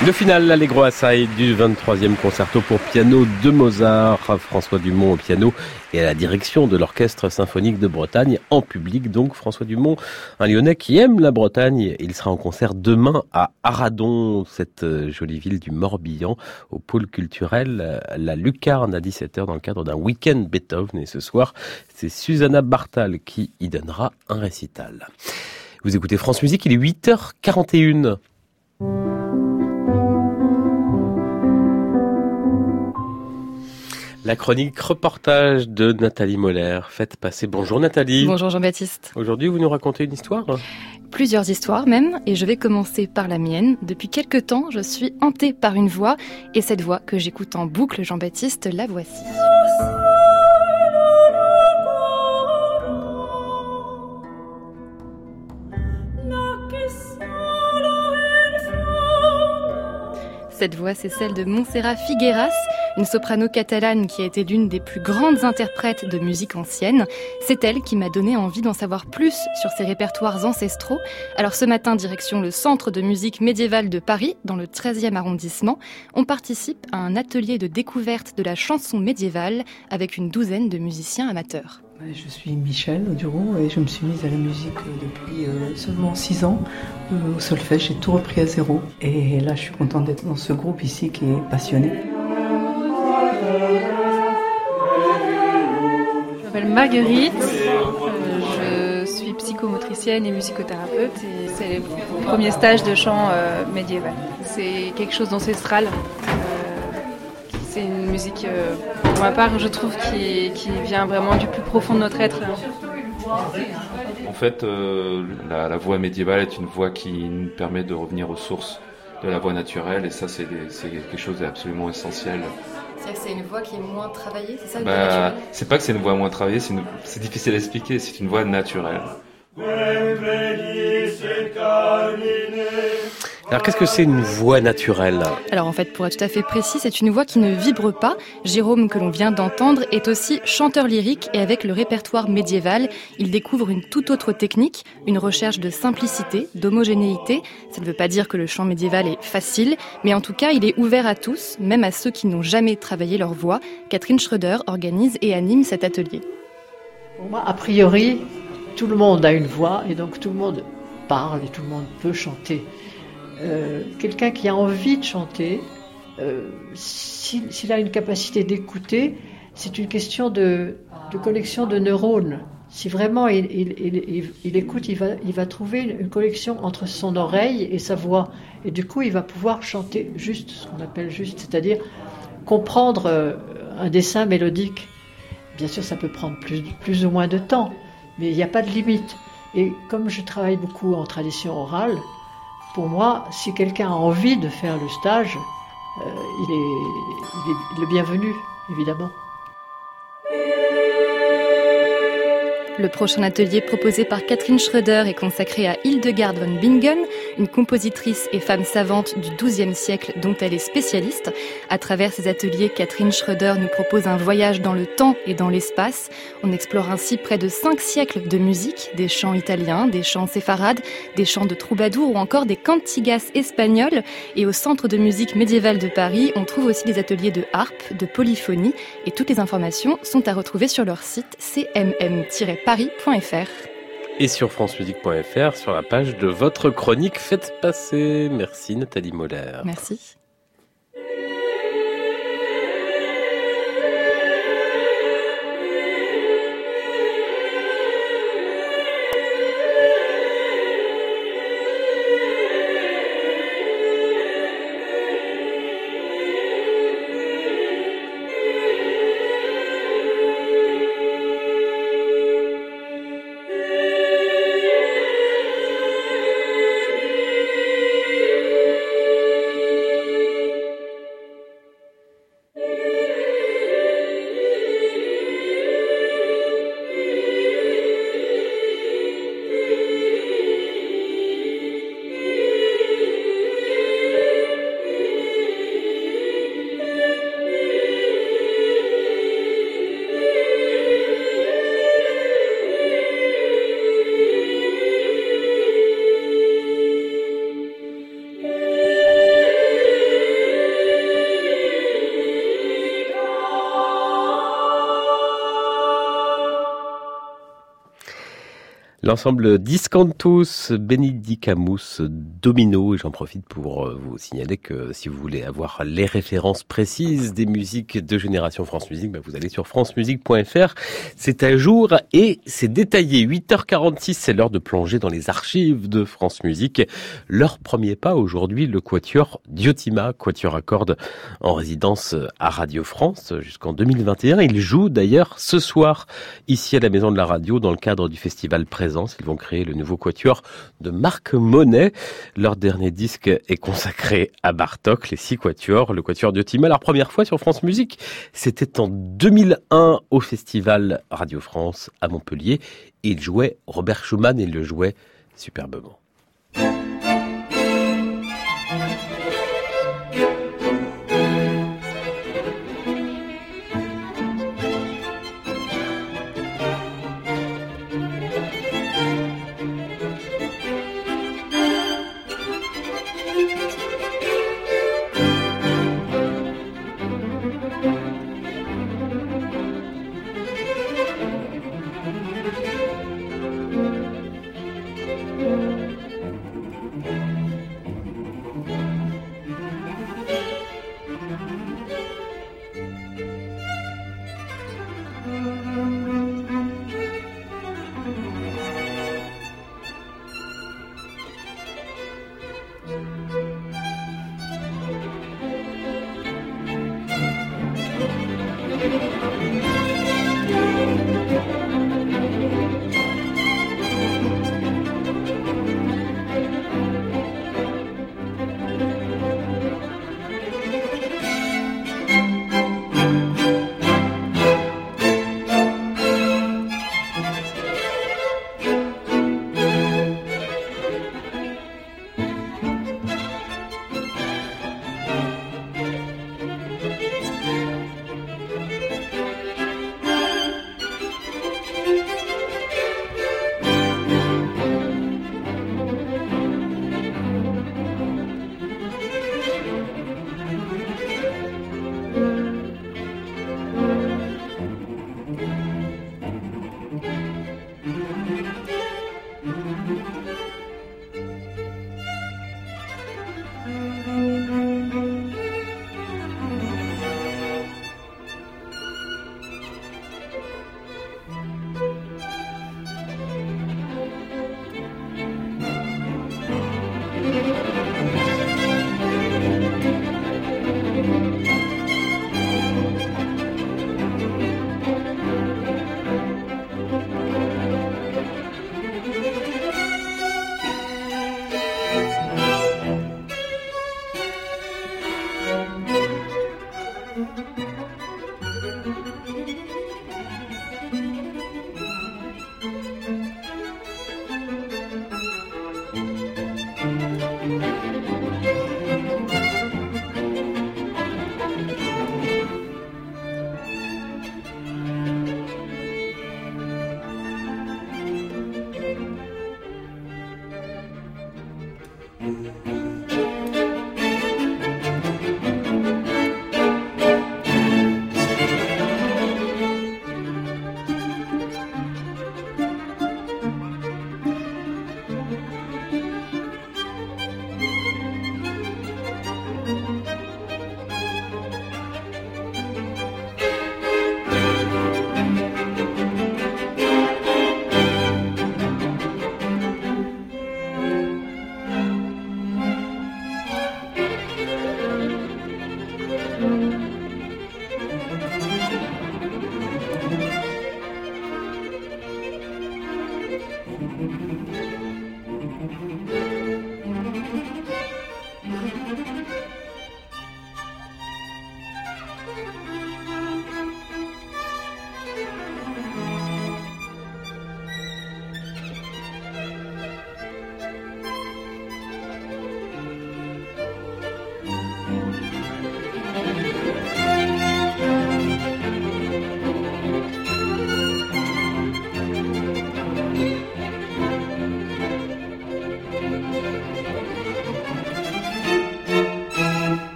Le final, l'Allegro Assai du vingt-troisième concerto pour piano de Mozart. François Dumont au piano et à la direction de l'Orchestre symphonique de Bretagne, en public. Donc François Dumont, un Lyonnais qui aime la Bretagne. Il sera en concert demain à Arradon, cette jolie ville du Morbihan, au pôle culturel La Lucarne à dix-sept heures dans le cadre d'un week-end Beethoven. Et ce soir, c'est Susanna Bartal qui y donnera un récital. Vous écoutez France Musique, il est huit heures quarante et une. La chronique reportage de Nathalie Moller. Faites passer. Bonjour Nathalie. Bonjour Jean-Baptiste. Aujourd'hui, vous nous racontez une histoire ? Plusieurs histoires même, et je vais commencer par la mienne. Depuis quelque temps, je suis hantée par une voix, et cette voix que j'écoute en boucle, Jean-Baptiste, la voici. Cette voix, c'est celle de Montserrat Figueras, une soprano catalane qui a été l'une des plus grandes interprètes de musique ancienne. C'est elle qui m'a donné envie d'en savoir plus sur ses répertoires ancestraux. Alors ce matin, direction le Centre de musique médiévale de Paris, dans le treizième arrondissement, on participe à un atelier de découverte de la chanson médiévale avec une douzaine de musiciens amateurs. Je suis Michel Duron et je me suis mise à la musique depuis euh, seulement six ans. Euh, au solfège, j'ai tout repris à zéro. Et là, je suis contente d'être dans ce groupe ici qui est passionné. Je m'appelle Marguerite, euh, je suis psychomotricienne et musicothérapeute et c'est le premier stage de chant euh, médiéval. C'est quelque chose d'ancestral. Euh, c'est une musique... Euh, Pour ma part, je trouve qui, qui vient vraiment du plus profond de notre être. En fait, euh, la, la voix médiévale est une voix qui nous permet de revenir aux sources de la voix naturelle, et ça, c'est, des, c'est quelque chose d'absolument essentiel. C'est-à-dire que c'est une voix qui est moins travaillée, c'est ça le bah, c'est pas que c'est une voix moins travaillée, c'est, une, c'est difficile à expliquer, c'est une voix naturelle. Alors qu'est-ce que c'est une voix naturelle ? Alors en fait, pour être tout à fait précis, c'est une voix qui ne vibre pas. Jérôme, que l'on vient d'entendre, est aussi chanteur lyrique et avec le répertoire médiéval, il découvre une toute autre technique, une recherche de simplicité, d'homogénéité. Ça ne veut pas dire que le chant médiéval est facile, mais en tout cas, il est ouvert à tous, même à ceux qui n'ont jamais travaillé leur voix. Catherine Schroeder organise et anime cet atelier. Pour moi, a priori, tout le monde a une voix et donc tout le monde parle et tout le monde peut chanter. Euh, quelqu'un qui a envie de chanter, euh, s'il, s'il a une capacité d'écouter, c'est une question de, de connexion de neurones. Si vraiment il, il, il, il, il écoute, il va, il va trouver une, une connexion entre son oreille et sa voix. Et du coup, il va pouvoir chanter juste, ce qu'on appelle juste, c'est-à-dire comprendre euh, un dessin mélodique. Bien sûr, ça peut prendre plus, plus ou moins de temps, mais il n'y a pas de limite. Et comme je travaille beaucoup en tradition orale, pour moi, si quelqu'un a envie de faire le stage, euh, il, est, il est le bienvenu, évidemment. Le prochain atelier proposé par Catherine Schroeder est consacré à Hildegard von Bingen, une compositrice et femme savante du douzième siècle dont elle est spécialiste. À travers ces ateliers, Catherine Schroeder nous propose un voyage dans le temps et dans l'espace. On explore ainsi près de cinq siècles de musique, des chants italiens, des chants séfarades, des chants de troubadours ou encore des cantigas espagnols. Et au Centre de musique médiévale de Paris, on trouve aussi des ateliers de harpe, de polyphonie. Et toutes les informations sont à retrouver sur leur site c m m tiret paris point f r. Et sur francemusique point f r, sur la page de votre chronique Faites passer. Merci Nathalie Moller. Merci. l'ensemble Discantus Benedicamus Domino. Et j'en profite pour vous signaler que si vous voulez avoir les références précises des musiques de Génération France Musique, ben vous allez sur francemusique point fr. C'est à jour et c'est détaillé. huit heures quarante-six, c'est l'heure de plonger dans les archives de France Musique. Leur premier pas aujourd'hui, le quatuor Diotima, quatuor à cordes en résidence à Radio France jusqu'en deux mille vingt et un. Ils jouent d'ailleurs ce soir ici à la Maison de la Radio dans le cadre du festival Présence. Ils vont créer le nouveau quatuor de Marc Monet. Leur dernier disque est consacré à Bartók, les six quatuors, le quatuor Diotima. La première fois sur France Musique, c'était en deux mille un au festival Radio France à Montpellier. Il jouait Robert Schumann et il le jouait superbement. Thank you.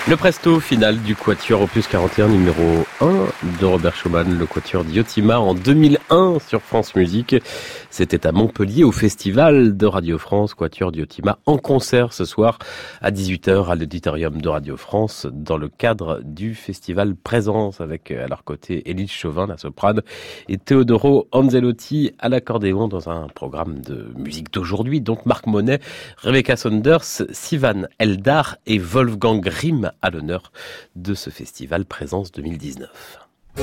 Le presto final du Quatuor Opus quarante et un numéro un de Robert Schumann, le Quatuor Diotima en deux mille un sur France Musique. C'était à Montpellier au festival de Radio France, Quatuor Diotima en concert ce soir à dix-huit heures à l'auditorium de Radio France dans le cadre du festival Présence avec à leur côté Élise Chauvin, la soprane, et Teodoro Angelotti à l'accordéon dans un programme de musique d'aujourd'hui. Donc Marc Monet, Rebecca Saunders, Sivan Eldar et Wolfgang Grimm à l'honneur de ce festival Présence deux mille dix-neuf.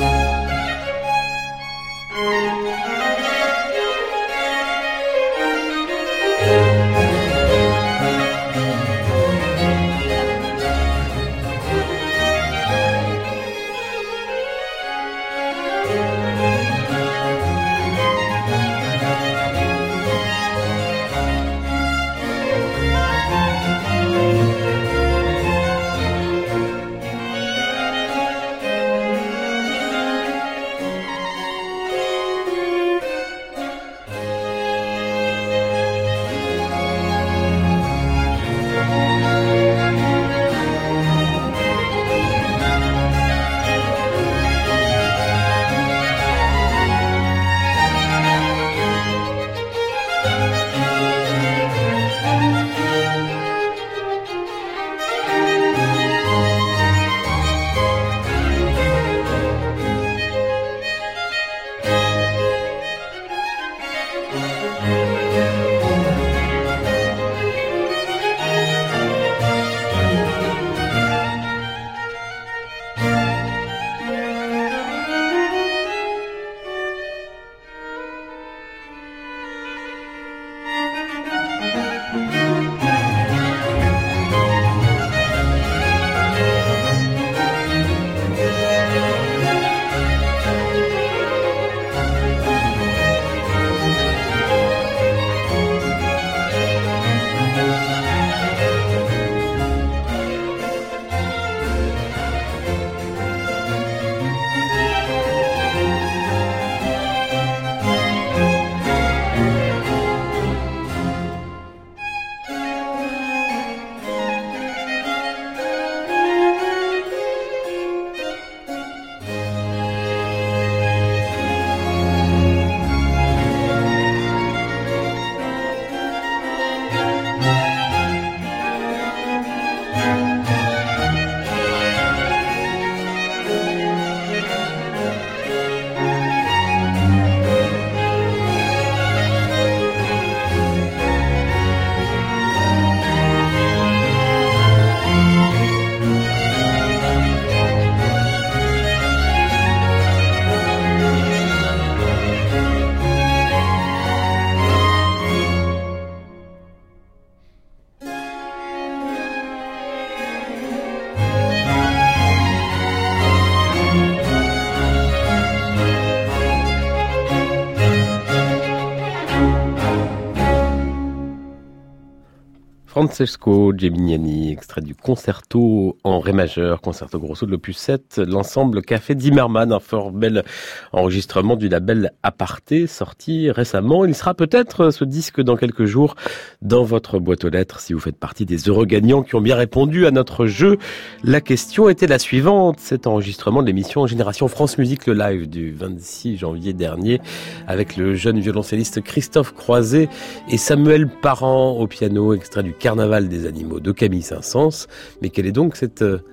Francesco Geminiani, extrait du concerto en ré majeur, concerto grosso de l'opus sept, l'ensemble Café Zimmermann, un fort bel enregistrement du label Aparté, sorti récemment. Il sera peut-être ce disque dans quelques jours dans votre boîte aux lettres si vous faites partie des heureux gagnants qui ont bien répondu à notre jeu. La question était la suivante, cet enregistrement de l'émission Génération France Musique, le live du vingt-six janvier dernier, avec le jeune violoncelliste Christophe Croiset et Samuel Parent au piano, extrait du Carnaval des animaux de Camille Saint-Saëns. Mais quel est donc cet euh,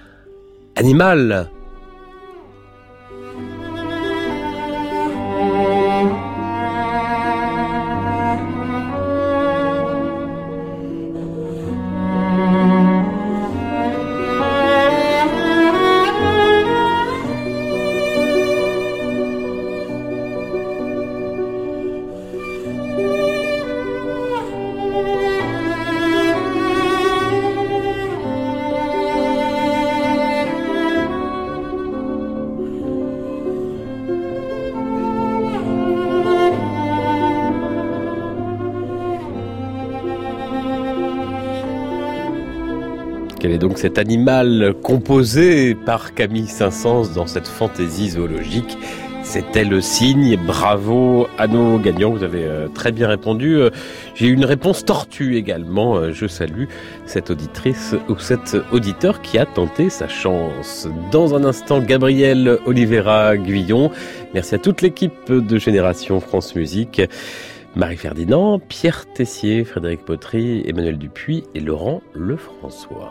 animal ? Quel est donc cet animal composé par Camille Saint-Saëns dans cette fantaisie zoologique ? C'était le signe. Bravo à nos gagnants. Vous avez euh, très bien répondu. Euh, j'ai eu une réponse tortue également. Euh, je salue cette auditrice ou cet auditeur qui a tenté sa chance. Dans un instant, Gabriel Oliveira Guyon. Merci à toute l'équipe de Génération France Musique. Marie Ferdinand, Pierre Tessier, Frédéric Potry, Emmanuel Dupuis et Laurent Lefrançois.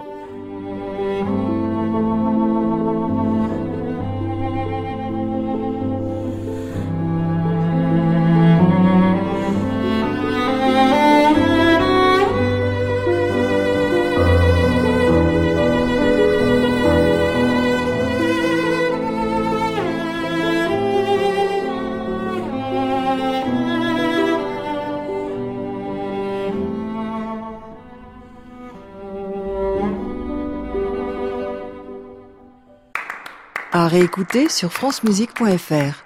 À réécouter sur francemusique point f r.